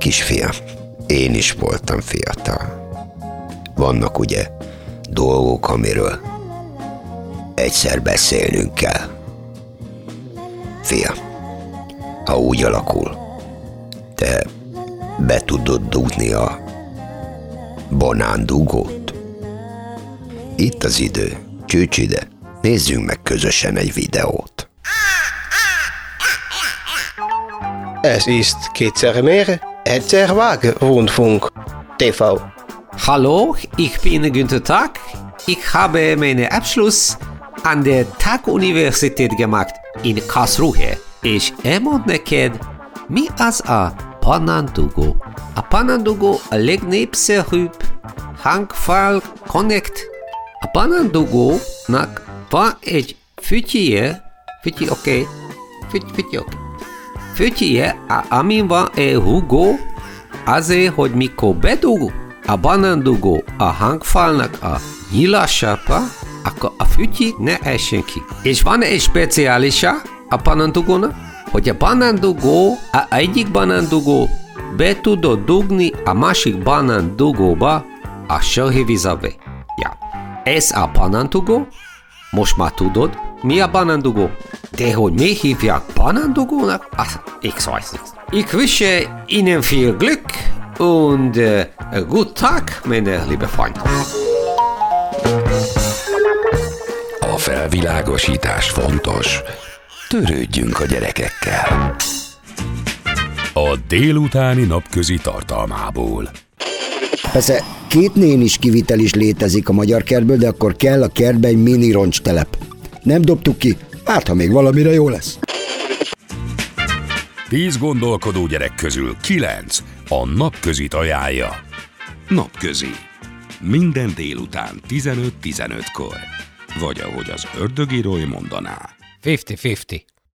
kisfiam, én is voltam fiatal. Vannak ugye dolgok, amiről egyszer beszélnünk kell. Fiam, ha úgy alakul, te be tudod dugni a banándugót? Itt az idő, csücs ide, nézzünk meg közösen egy videót. Es ist kétszer mehr, egyszer Waage Rundfunk TV. Hallo, ich bin Günther Tag. Ich habe meinen Abschluss an der Tag-Universität gemacht in Karlsruhe. És elmond neked, mi az a Panandugo? A Panandugo a legnépszerűbb hangfal connect. A Panandugo-nak van egy fütyje, fütyje, amin van egy rugó, azért, hogy mikor bedug a Panandugo a hangfalnak a nyilásába, akkor a fütyi ne essen ki. És van egy speciálisa a Panandugónak, hogy a Panandugo, a egyik Panandugo be tudod dugni a másik Panandugóba a sörhévízbe. Ja. Ez a Panandugo, most már tudod, mi a Panandugo. De hogy mi hívják Panandugónak, ich weiß nicht. Ich wünsche Ihnen viel Glück und guten Tag, meine liebe Freunde. A felvilágosítás fontos. Törődjünk a gyerekekkel. A délutáni napközi tartalmából. Persze 2 nénis kivitel is létezik a magyar kertből, de akkor kell a kertbe egy mini roncstelep. Nem dobtuk ki, hát ha még valamire jó lesz. 10 gondolkodó gyerek közül 9 a napközit ajánlja. Napközi. Minden délután 15-15-kor. Vagy ahogy az ördögírói mondaná. 50-50.